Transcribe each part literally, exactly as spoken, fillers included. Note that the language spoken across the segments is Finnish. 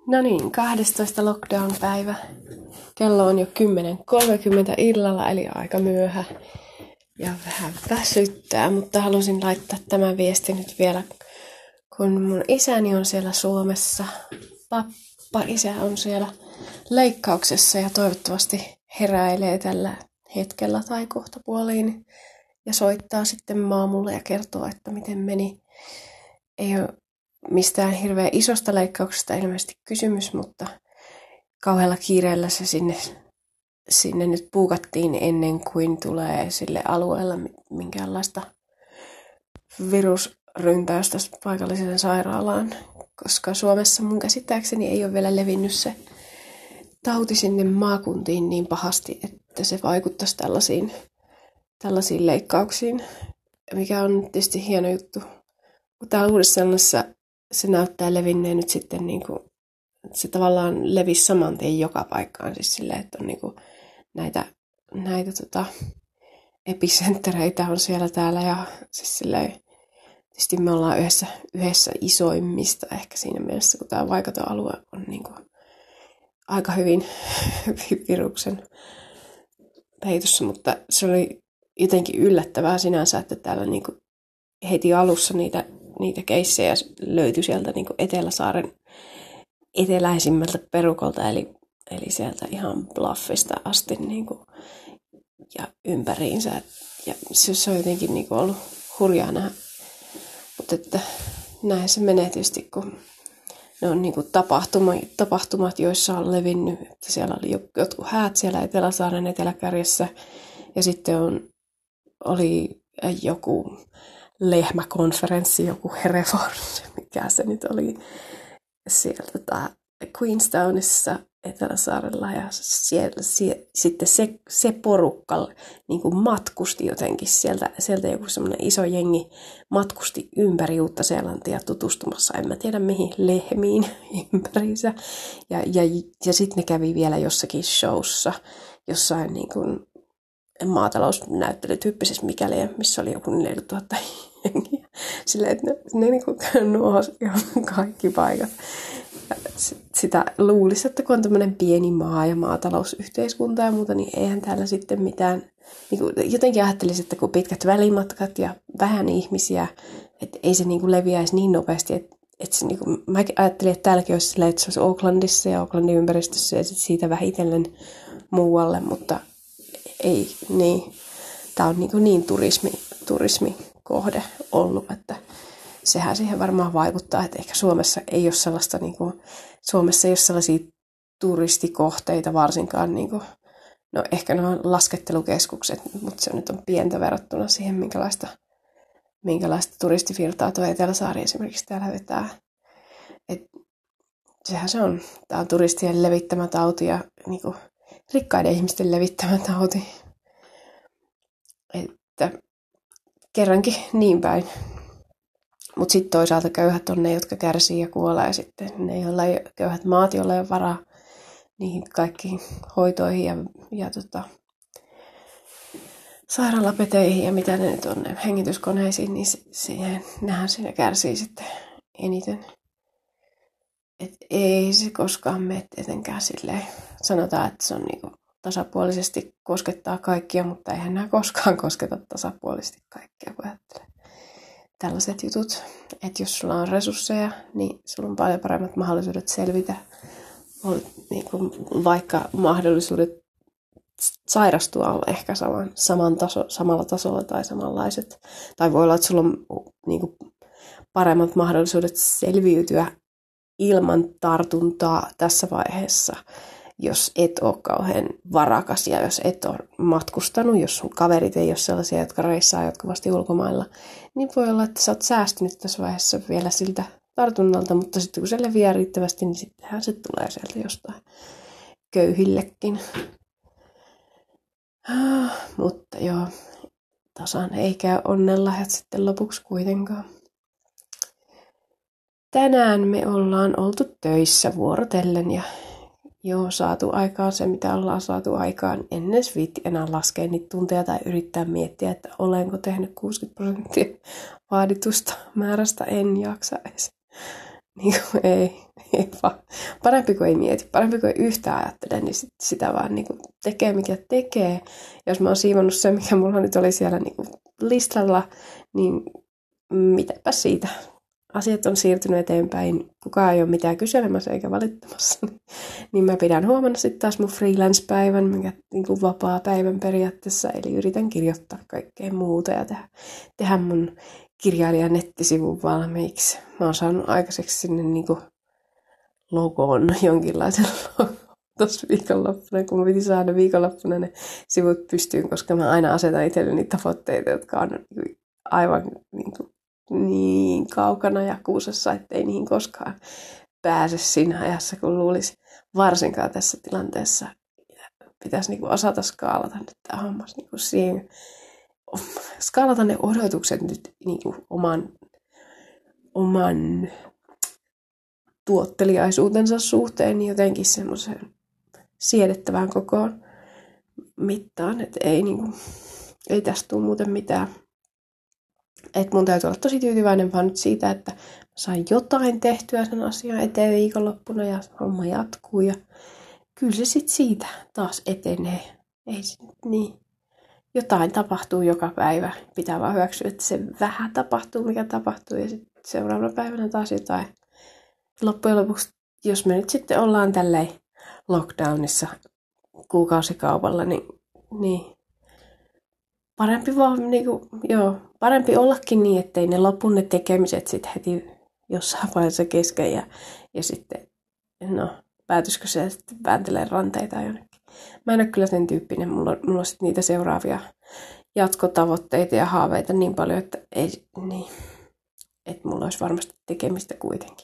No niin, kahdestoista lockdown-päivä. Kello on jo kymmenen kolmekymmentä illalla, eli aika myöhä. Ja vähän väsyttää, mutta halusin laittaa tämän viesti nyt vielä, kun mun isäni on siellä Suomessa. Pappa isä on siellä leikkauksessa ja toivottavasti heräilee tällä hetkellä tai kohtapuoliin. Ja soittaa sitten maamulle ja kertoo, että miten meni. Ei ole mistään hirveän isosta leikkauksesta ilmeisesti kysymys, mutta kauhealla kiireellä se sinne, sinne nyt puukattiin ennen kuin tulee sille alueella minkäänlaista virusryntäystä paikalliseen sairaalaan, koska Suomessa mun käsittääkseni ei ole vielä levinnyt se tauti sinne maakuntiin niin pahasti, että se vaikuttaisi tällaisiin, tällaisiin leikkauksiin, mikä on tietysti hieno juttu. Mutta täällä Uudessa-Seelannassa se näyttää levinneen nyt sitten, niin kuin, se tavallaan levisi saman tien joka paikkaan. Siis silleen, että on niin kuin näitä, näitä tota, epicenttereitä on siellä täällä. Ja siis silleen, tietysti me ollaan yhdessä, yhdessä isoimmista ehkä siinä mielessä, kun tämä vaikaton-alue on niin kuin aika hyvin viruksen peitossa. Mutta se oli jotenkin yllättävää sinänsä, että täällä niin kuin heti alussa niitä, niitä keissejä löytyi sieltä niin kuin Eteläsaaren eteläisimmältä perukolta, eli, eli sieltä ihan Bluffista asti niin kuin, ja ympäriinsä. Ja se, se on jotenkin niin kuin ollut hurjaa nähdä. Mutta että näin se menee tietysti, kun ne on niin kuin tapahtuma, tapahtumat, joissa on levinnyt. Että siellä oli jotkut häät siellä Eteläsaaren eteläkärjessä ja sitten on, oli joku lehmäkonferenssi, joku Hereford, mikä se nyt oli sieltä tota, Queenstownissa Eteläsaarella. Ja siellä, sie, sitten se, se porukka niin kuin matkusti jotenkin sieltä, sieltä joku semmoinen iso jengi matkusti ympäri Uutta-Seelantia tutustumassa, en mä tiedä mihin, lehmiin ympäriinsä. Ja, ja, ja sitten ne kävi vielä jossakin showssa, jossain niin kuin maatalousnäyttelytyyppisessä mikäli, missä oli joku neljäkymmentätuhatta jengiä. Silleen, että ne, ne niin kuin nuohosi ihan kaikki paikat. Sitä luulisi, että kun on tämmöinen pieni maa ja maatalousyhteiskunta ja muuta, niin eihän täällä sitten mitään. Niin kuin, jotenkin ajattelisin, että kun pitkät välimatkat ja vähän ihmisiä, että ei se niin kuin leviäisi niin nopeasti. Että, että se, niin kuin, mä ajattelin, että täälläkin olisi silleen, että se olisi Aucklandissa ja Aucklandin ympäristössä ja sitten siitä vähitellen muualle, mutta ei, niin. Tämä on niin, niin turismi, turismikohde ollut, että sehän siihen varmaan vaikuttaa, että ehkä Suomessa ei ole sellaista, niin kuin, Suomessa ei ole sellaisia turistikohteita varsinkaan, niin kuin, no ehkä ne on laskettelukeskukset, mutta se nyt on pientä verrattuna siihen, minkälaista, minkälaista turistivirtaa tuo Eteläsaari esimerkiksi täällä vetää. Et, sehän se on, tämä on turistien levittämä tauti ja niin kuin, rikkaiden ihmisten levittämä tauti. Että kerrankin niin päin. Mutta sitten toisaalta köyhät on ne, jotka kärsii ja kuolee. Ja sitten ne, joilla ei köyhät maat, joilla ei ole varaa niihin kaikkiin hoitoihin ja, ja tota, sairaalapeteihin ja mitä ne nyt on, ne hengityskoneisiin, niin siihen, nehän siinä kärsii sitten eniten. Et ei se koskaan mene tietenkään silleen. Sanotaan, että se on niinku tasapuolisesti koskettaa kaikkia, mutta eihän nämä koskaan kosketa tasapuolisesti kaikkia, kun ajattelee tällaiset jutut. Että jos sulla on resursseja, niin sulla on paljon paremmat mahdollisuudet selvitä. Niinku vaikka mahdollisuudet sairastua on ehkä saman, saman taso, samalla tasolla tai samanlaiset. Tai voi olla, että sulla on niinku paremmat mahdollisuudet selviytyä ilman tartuntaa tässä vaiheessa, jos et ole kauhean varakas ja jos et ole matkustanut, jos sun kaverit ei ole sellaisia, jotka reissaa jatkuvasti ulkomailla, niin voi olla, että sä oot säästynyt tässä vaiheessa vielä siltä tartunnalta, mutta sitten kun se leviää riittävästi, niin sittenhän se tulee sieltä jostain köyhillekin. Ah, mutta joo, tasan ei käy onnenlahjat sitten lopuksi kuitenkaan. Tänään me ollaan oltu töissä vuorotellen ja joo, saatu aikaan se, mitä ollaan saatu aikaan. En edes viitti enää laskea niitä tunteja tai yrittää miettiä, että olenko tehnyt kuusikymmentä prosenttia vaaditusta määrästä. En jaksa edes. Niin kuin ei. ei vaan. Parempi kuin ei mieti, parempi kuin ei yhtään ajattele, niin sit sitä vaan niin kuin tekee mikä tekee. Jos mä oon siivonnut sen, mikä mulla nyt oli siellä niin kuin listalla, niin mitäpä siitä. Asiat on siirtynyt eteenpäin, kukaan ei ole mitään kyselemässä eikä valittamassa. Niin mä pidän huomenna sitten taas mun freelance-päivän, mikä niin kuin vapaa-päivän periaatteessa, eli yritän kirjoittaa kaikkea muuta ja tehdä, tehdä mun kirjailijan nettisivun valmiiksi. Mä oon saanut aikaiseksi sinne niin kuin logoon jonkinlaisen logon tuossa viikonloppuna, kun mä piti saada viikonloppuna ne sivut pystyyn, koska mä aina asetan itselleni tavoitteita, jotka on aivan niin kuin niin kaukana ja kuusessa, ettei niihin koskaan pääse siinä ajassa, kun luulisi varsinkaan tässä tilanteessa. Pitäisi niinku osata skaalata nyt tämä hommas niinku siihen. Skaalata ne odotukset nyt niinku oman, oman tuotteliaisuutensa suhteen niin jotenkin semmoiseen siedettävään kokoon mittaan, että ei, niinku, ei tästä tule muuten mitään. Että mun täytyy olla tosi tyytyväinen vaan nyt siitä, että sain jotain tehtyä sen asian eteen viikonloppuna ja homma jatkuu. Ja kyllä se sitten siitä taas etenee. Ei se niin. Jotain tapahtuu joka päivä. Pitää vaan hyväksyä, että se vähän tapahtuu, mikä tapahtuu. Ja sitten seuraavana päivänä taas jotain. Loppujen lopuksi, jos me nyt sitten ollaan tälleen lockdownissa kuukausikaupalla, niin... niin Parempi, vaan, niin kuin, joo, parempi ollakin niin, ettei ne lopu ne tekemiset sitten heti jossain vaiheessa kesken ja, ja sitten, no, päätyisikö se sitten vääntelee ranteita jonnekin. Mä en ole kyllä sen tyyppinen, mulla, mulla on sitten niitä seuraavia jatkotavoitteita ja haaveita niin paljon, että, ei, niin, että mulla olisi varmasti tekemistä kuitenkin.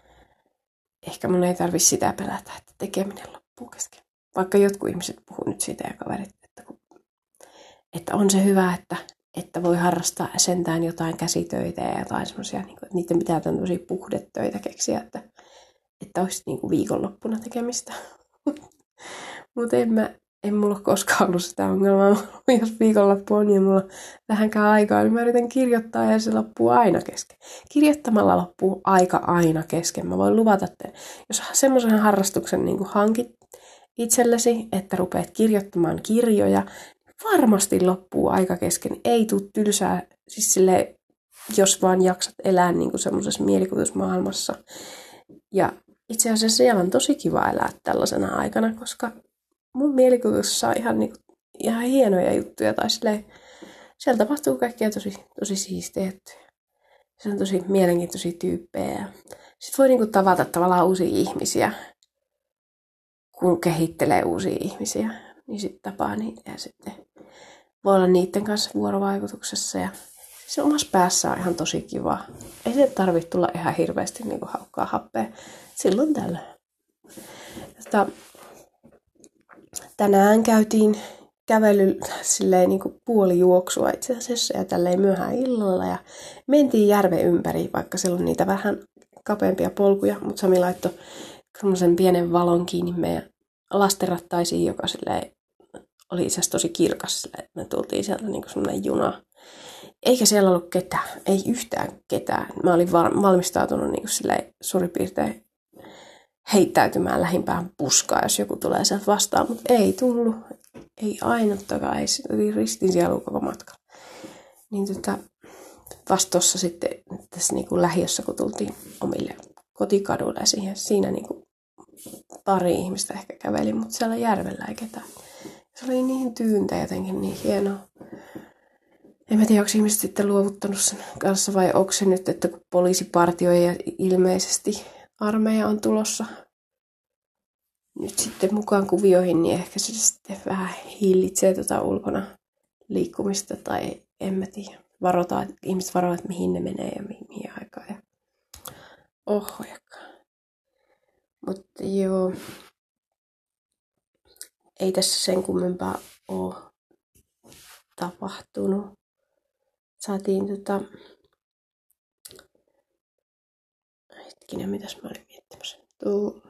Ehkä mun ei tarvitse sitä pelätä, että tekeminen loppuu kesken. Vaikka jotkut ihmiset puhuu nyt siitä ja kaverit, että kun Että on se hyvä, että, että voi harrastaa sentään jotain käsitöitä ja jotain semmoisia, niin että niiden pitää tämmöisiä puhdetöitä keksiä, että, että olisi niin kuin viikonloppuna tekemistä. Mutta en, mä, en mulla ole koskaan ollut sitä ongelmaa. Jos viikonloppu on ja mulla on vähänkään aikaa, niin mä yritän kirjoittaa ja se loppuu aina kesken. Kirjoittamalla loppuu aika aina kesken. Mä voin luvata, että jos semmoisen harrastuksen niin kuin hankit itsellesi, että rupeat kirjoittamaan kirjoja, varmasti loppuu aika kesken. Ei tule tylsää, siis silleen, jos vaan jaksat elää niin kuin semmoisessa mielikuvitusmaailmassa. Ja itse asiassa siellä on tosi kiva elää tällaisena aikana, koska mun mielikuvituksessa on ihan, niin kuin, ihan hienoja juttuja. Tai silleen, siellä tapahtuu kaikkea tosi, tosi siistiä. Se on tosi mielenkiintoisia tyyppejä. Sitten voi niin kuin tavata tavallaan uusia ihmisiä, kun kehittelee uusia ihmisiä. Niin sitten tapaa niitä ja sitten voi olla niiden kanssa vuorovaikutuksessa. Ja se omassa päässä on ihan tosi kiva. Ei se tarvitse tulla ihan hirveästi niin kuin haukkaa happea silloin tällä. Tota, tänään käytiin kävely silleen niin kuin puolijuoksua itse asiassa ja tälleen myöhään illalla. Ja mentiin järven ympäri, vaikka siellä on niitä vähän kapeampia polkuja. Mutta Sami laittoi semmoisen pienen valon kiinni meidän lastenrattaisiin, joka silleen oli itse asiassa tosi kirkas, että me tultiin sieltä niin kuin semmoinen juna. Eikä siellä ollut ketään, ei yhtään ketään. Mä olin valmistautunut niin kuin silleen suurin piirtein heittäytymään lähimpään puskaan, jos joku tulee sieltä vastaan, mutta ei tullut. Ei ainuttakaan, ei, oli ristin siellä koko matka. Niin tota, vasta tuossa sitten tässä niin kuin lähiössä, kun tultiin omille kotikaduille ja siihen, siinä niin kuin pari ihmistä ehkä käveli, mutta siellä järvellä ei ketään. Se oli niin tyyntä jotenkin, niin hienoa. En mä tiedä, onko ihmiset sitten luovuttanut sen kanssa vai onko se nyt, että kun poliisipartio ja ilmeisesti armeija on tulossa nyt sitten mukaan kuvioihin, niin ehkä se sitten vähän hillitsee tuota ulkona liikkumista tai en mä tiedä. Varotaan, ihmiset varoivat, mihin ne menee ja mihin, mihin aikaan. Ja ohojakaan. Mutta joo, ei tässä sen kummempaa ole tapahtunut. Saatiin tota... Hetkinen, mitäs mä olin miettimässä? Tuu.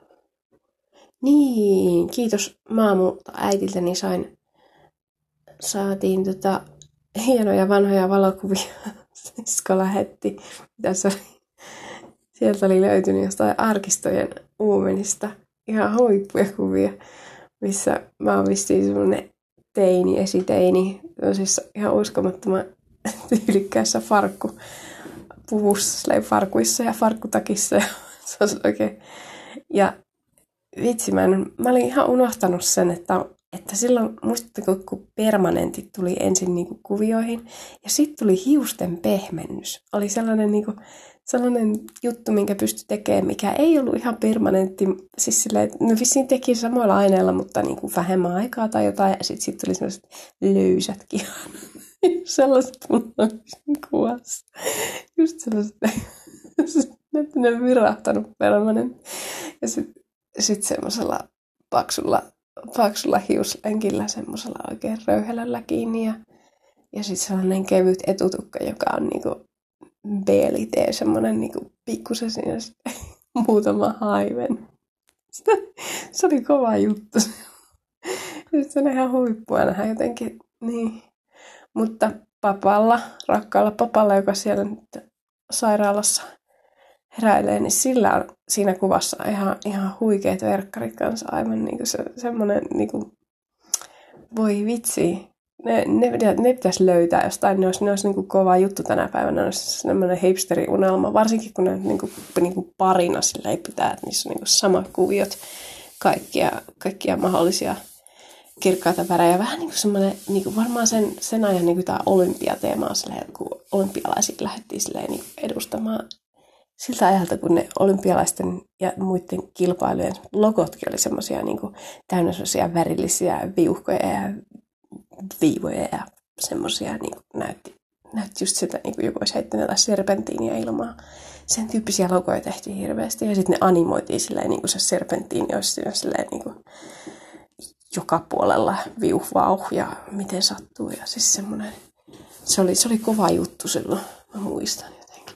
Niin, kiitos maamulta äitiltäni sain, saatiin tota hienoja vanhoja valokuvia. Sisko lähetti. Tässä oli sieltä oli löytynyt jostain arkistojen uumenista ihan huippuja kuvia, missä mä oon vissiin semmonen teini, esiteini, siis ihan uskomattoman tyylikkäässä farkku puvussa, farkuissa ja farkkutakissa. Ja se on oikein. Ja vitsi, mä, en, mä olin ihan unohtanut sen, että, että silloin, muistatteko, kun permanentit tuli ensin niinku kuvioihin, ja sitten tuli hiusten pehmennys. Oli sellainen, niinku, sellainen juttu, minkä pystyi tekemään, mikä ei ollut ihan permanentti. Siis silleen, no vissiin teki samoilla aineilla, mutta niinku vähemmän aikaa tai jotain, ja sitten sit tuli sellaiset löysätkin. Sellaiset punaiset kuvassa. Just sellaiset, että ne virahtanut permanentti. Ja sitten sit semmoisella paksulla, paksulla hiuslenkillä, semmoisella oikein röyhelällä kiinni. Ja, ja sitten sellainen kevyt etutukka, joka on niinku B L T, semmoinen niinku pikkusen siinä sitten muutama haiven. Se oli kova juttu. Sitten se on ihan huippua nähdä jotenkin. Niin. Mutta papalla, rakkaalla papalla, joka siellä nyt sairaalassa heräilee, niin sillä on siinä kuvassa ihan, ihan huikeat verkkarit kanssa. Aivan niin kuin se, semmoinen, niin kuin, voi vitsi. Ne, ne, ne pitäisi löytää jostain. Ne olisi, ne olisi niin kuin kova juttu tänä päivänä. Ne olisi semmoinen hipsteri-unelma. Varsinkin kun ne niin kuin, niin kuin parina sillä ei pitää, että niissä on niin kuin samat kuviot. Kaikkia, kaikkia mahdollisia kirkkaita värejä. Vähän niin kuin semmoinen, niin kuin varmaan sen, sen ajan niin kuin tämä olympiateema on silleen, kun olympialaiset lähdettiin silleen, niin edustamaan siltä ajalta, kun ne olympialaisten ja muiden kilpailujen logotkin oli semmoisia niin kuin täynnä semmoisia värillisiä viuhkoja ja viivoja ja semmoisia niin kuin näytti, näytti just siltä, niin kuin joku olisi heittänyt serpentiinia ilmaa. Sen tyyppisiä logoja tehtiin hirveästi ja sitten ne animoitiin silleen, niin kuin se serpentiini olisi silleen niin kuin joka puolella viuh vauh ja miten sattuu. Ja siis semmoinen, se oli, se oli kova juttu silloin, mä muistan jotenkin.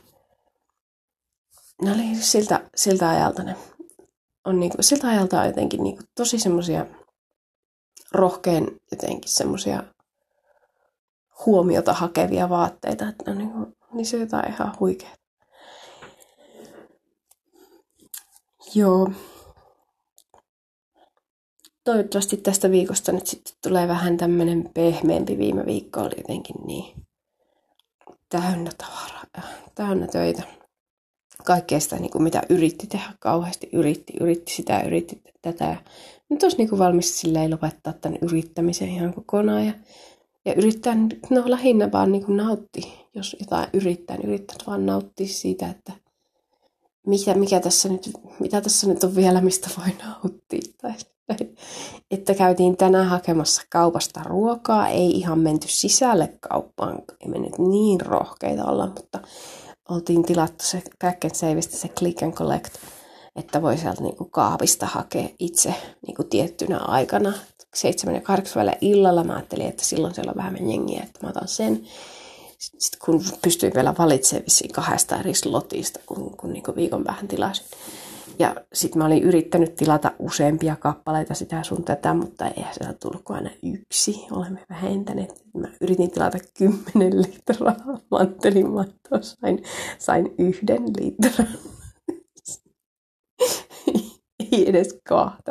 Ne oli siltä, siltä ajalta ne on niinku, siltä ajalta on jotenkin niinku tosi semmoisia rohkein jotenkin semmoisia huomiota hakevia vaatteita, että on niinku, niin se jotain ihan huikeaa. Joo. Toivottavasti tästä viikosta nyt sitten tulee vähän tämmönen pehmeämpi. Viime viikko oli jotenkin niin täynnä tavaraa, täynnä töitä. Kaikkea sitä, niin kuin mitä yritti tehdä, kauheasti yritti, yritti sitä, yritti tätä. Ja nyt olisi niin kuin valmis silleen lopettaa tämän yrittämisen ihan kokonaan. Ja, ja yrittää, no lähinnä vaan niin kuin nautti, jos jotain yrittää, niin yrittää vaan nauttia siitä, että mikä, mikä tässä nyt, mitä tässä nyt on vielä, mistä voi nauttia. Tai että käytiin tänään hakemassa kaupasta ruokaa, ei ihan menty sisälle kauppaan, ei mennyt niin rohkeita olla, mutta oltiin tilattu se Track and Saveista se Click and Collect, että voi sieltä niinku kaapista hakea itse niinku tiettynä aikana. Seitsemän ja kahdeksan välillä illalla mä ajattelin, että silloin siellä on vähemmän jengiä, että mä otan sen. Sitten kun pystyin vielä valitsemaan vissiin kahdesta eri slotista, kun, kun niinku viikon päähän tilasin. Ja sitten mä olin yrittänyt tilata useampia kappaleita sitä sun tätä, mutta eihän sieltä tullut kuin aina yksi. Olemme vähentäneet. Mä yritin tilata kymmenen litraa manttelimaitoa, sain, sain yhden litran. Ei edes kahta.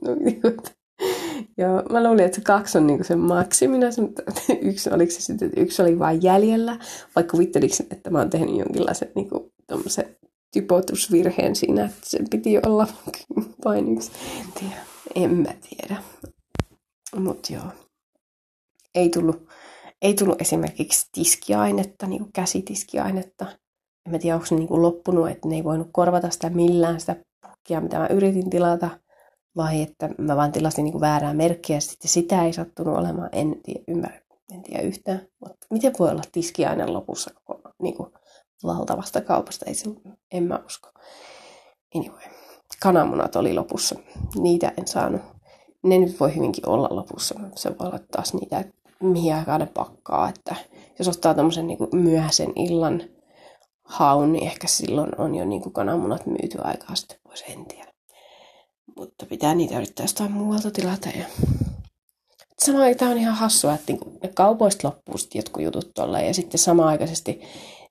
Ja mä luulin, että se kaksi on niinku se maksimina, mutta yksi, oliko se sitten, että yksi oli vain jäljellä, vai kuvitteliko, että mä oon tehnyt jonkinlaisen niinku tommosen typotusvirheen siinä, että sen piti olla vain yksi. En tiedä, en mä tiedä. Mut joo. Ei tullut, ei tullut esimerkiksi tiskiainetta, niinku käsitiskiainetta. En mä tiedä, onko se niinku loppunut, että ne ei voinut korvata sitä millään, sitä pukkia, mitä mä yritin tilata. Vai että mä vaan tilasin niinku väärää merkkiä ja sitten sitä ei sattunut olemaan. En tiedä, ymmärrä, en tiedä yhtään. Mutta miten voi olla tiskiaine lopussa koko niinku valtavasta kaupasta? Ei se, en mä usko. Anyway. Kananmunat oli lopussa. Niitä en saanut. Ne nyt voi hyvinkin olla lopussa. Se voi olla taas niitä, että mihin aikaan ne pakkaa. Että jos ottaa tommosen niinku myöhäisen illan haun, niin ehkä silloin on jo niinku kananmunat myyty aikaa sitten pois, en tiedä. Mutta pitää niitä yrittää jostain muualta tilata. Ja samaan tämä on ihan hassua, että niinku ne kaupoista loppuu sitten jotkut jutut tuolla. Ja sitten samanaikaisesti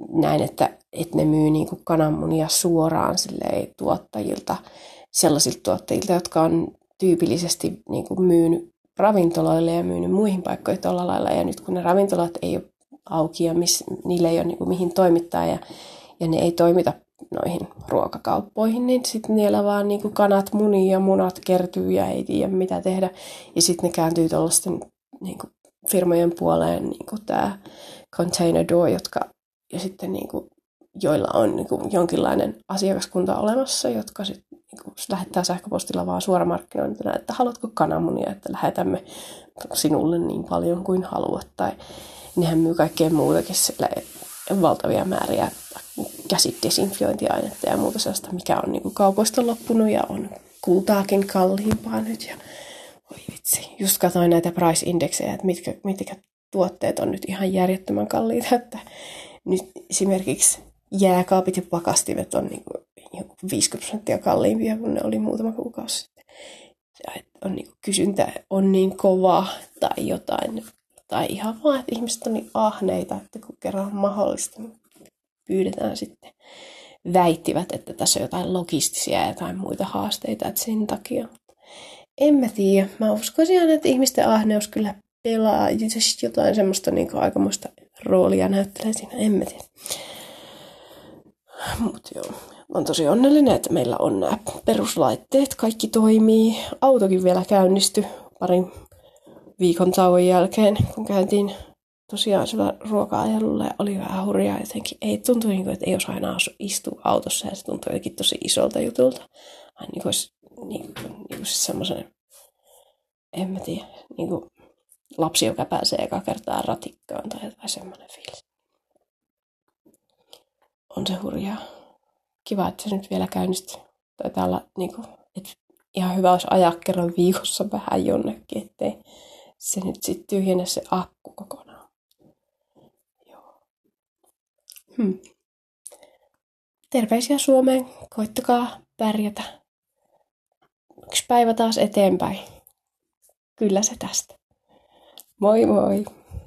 näin, että, että ne myy niin kuin kananmunia suoraan silleen tuottajilta, sellaisilta tuottajilta, jotka on tyypillisesti niin kuin myynyt ravintoloille ja myynyt muihin paikkoihin tuolla lailla. Ja nyt kun ne ravintolat ei ole auki ja miss, niille ei ole niin kuin mihin toimittaa ja, ja ne ei toimita noihin ruokakauppoihin, niin sitten niillä vaan niin kuin kanat munii ja munat kertyy ja ei tiedä mitä tehdä. Ja sitten ne kääntyy tuollaisten niin kuin firmojen puoleen, niin kuin tämä Container Door, jotka, ja sitten niin kuin, joilla on niin kuin jonkinlainen asiakaskunta olemassa, jotka sitten niin kuin lähettää sähköpostilla vaan suoramarkkinointina, että haluatko kananmunia, että lähetämme sinulle niin paljon kuin haluat. Tai nehän myy kaikkea muutakin valtavia määriä käsidesinfiointiainetta ja muuta sellaista, mikä on niin kuin kaupoista loppunut ja on kultaakin kalliimpaa nyt. Ja voi vitsi, just katsoin näitä price indeksejä, että mitkä, mitkä tuotteet on nyt ihan järjettömän kalliita, että nyt esimerkiksi jääkaapit ja pakastimet on niin kuin viisikymmentä prosenttia kalliimpia kuin ne oli muutama kuukausi sitten. Ja on niin kuin kysyntä on niin kova tai jotain, tai ihan vaan, että ihmiset on niin ahneita, että kun kerran on mahdollista, niin pyydetään sitten. Väittivät, että tässä on jotain logistisia ja jotain muita haasteita, että sen takia. En mä tiedä. Mä uskoisin aina, että ihmisten ahneus kyllä pelaa jotain semmoista niin kuin aikamoista roolia näyttelee siinä. En mä tiedä. Mut joo. On tosi onnellinen, että meillä on nämä peruslaitteet. Kaikki toimii. Autokin vielä käynnistyi parin viikon tauon jälkeen, kun käytiin tosiaan sillä ruoka-ajelulla ja oli vähän hurjaa jotenkin. Ei tuntuu, että ei osaa enää istua autossa ja se tuntuu jotenkin tosi isolta jutulta. Ai niin kuin olisi niin, niin kuin siis semmoisen, en mä tiedä, niin kuin lapsi, joka pääsee eka kertaa ratikkaan tai jotain semmoinen fiilis. On se hurjaa. Kiva, että se nyt vielä käynnistyy. Taitaa olla niin kuin, että ihan hyvä olisi ajaa kerran viikossa vähän jonnekin, ettei se nyt sitten tyhjennä se akku kokonaan. Joo. Hmm. Terveisiä Suomeen. Koittakaa pärjätä. Yksi päivä taas eteenpäin. Kyllä se tästä. Moi moi!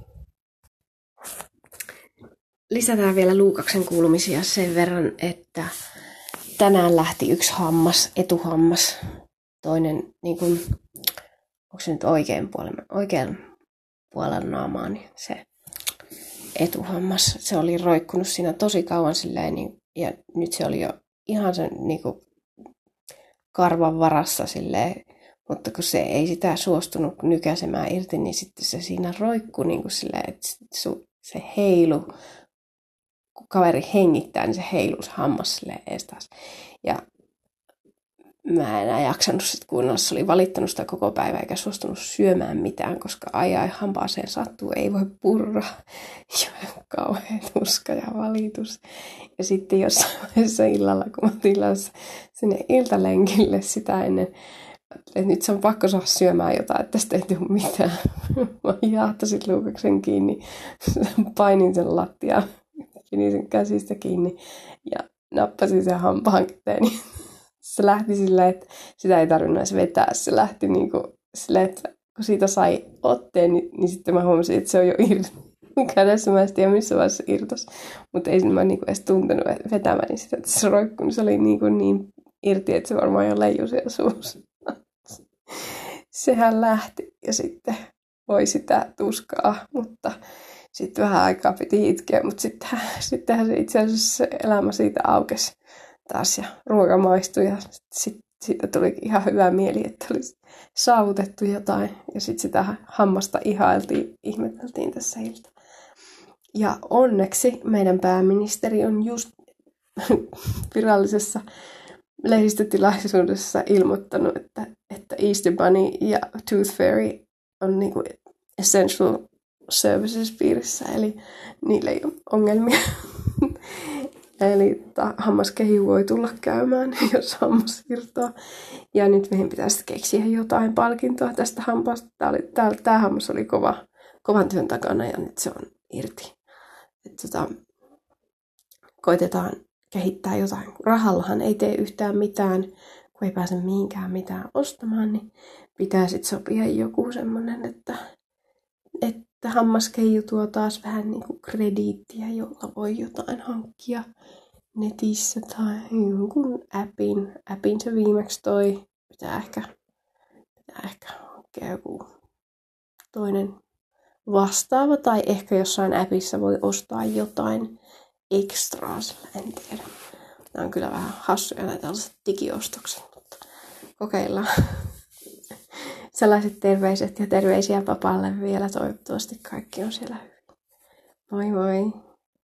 Lisätään vielä Luukaksen kuulumisia sen verran, että tänään lähti yksi hammas, etuhammas. Toinen, niin kuin, onko se nyt oikein puolella, oikean puolella naamaa, niin se etuhammas. Se oli roikkunut siinä tosi kauan silleen, niin, ja nyt se oli jo ihan sen niin kuin, karvan varassa silleen, mutta kun se ei sitä suostunut nykäisemään irti, niin sitten se siinä roikkui niin kuin silleen, että se heilu, kun kaveri hengittää, niin se heiluu se hammas silleen ees taas. Ja mä en enää jaksanut sitten kuunnella, se oli valittanut sitä koko päivää eikä suostunut syömään mitään, koska ai ai hampaaseen sattuu, ei voi purra. Ja kauhea tuska ja valitus. Ja sitten jossain vaiheessa illalla, kun mä tilassa sinne iltalenkille sitä ennen, että nyt se on pakko saada syömään jotain, että tästä ei tule mitään. Mä jahtasin Luukaksen kiinni, painin sen lattiaan, pinin sen käsistä kiinni ja nappasin sen hampaan käteen. Se lähti silleen, että sitä ei tarvinnut edes vetää. Se lähti niin kuin silleen, että kun siitä sai otteen, niin, niin sitten mä huomasin, että se on jo irti. Kädessä mä en tiedä, missä vaiheessa se irtos. Mutta ei mä niin kuin edes tuntenut vetämäni sitä, että se roikkui. Se oli niin, kuin niin irti, että se varmaan jo leijui siellä suussa. Sehän lähti ja sitten voi sitä tuskaa, mutta sitten vähän aikaa piti itkeä, mutta sittenhän, sittenhän se itse asiassa se elämä siitä aukesi taas ja ruoka maistui ja sitten siitä tuli ihan hyvä mieli, että olisi saavutettu jotain ja sitten sitä hammasta ihailtiin, ihmeteltiin tässä ilta. Ja onneksi meidän pääministeri on just virallisessa lehdistötilaisuudessa ilmoittanut, että, että Easter Bunny ja Tooth Fairy on niin kuin essential services piirissä, eli niillä ei ole ongelmia. Eli tota, hammaskehi voi tulla käymään, jos hammas irtoaa. Ja nyt meidän pitäisi keksiä jotain palkintoa tästä hampaasta. Tämä, oli, tämä, tämä hammas oli kova, kovan työn takana ja nyt se on irti. Et, tota, koitetaan kehittää jotain. Rahallahan ei tee yhtään mitään, kun ei pääse mihinkään mitään ostamaan, niin pitää sitten sopia joku semmoinen, että, että sitten hammaskeiju tuo taas vähän niinku krediittiä, jolla voi jotain hankkia netissä tai jonkun appin. Appin se viimeksi toi. Pitää ehkä, pitää ehkä hankkia joku toinen vastaava. Tai ehkä jossain appissa voi ostaa jotain ekstraa, sillä en tiedä. Nämä on kyllä vähän hassuja nämä tällaiset digiostokset, mutta kokeillaan. Sellaiset terveiset ja terveisiä papalle vielä. Toivottavasti kaikki on siellä hyvin. Moi moi!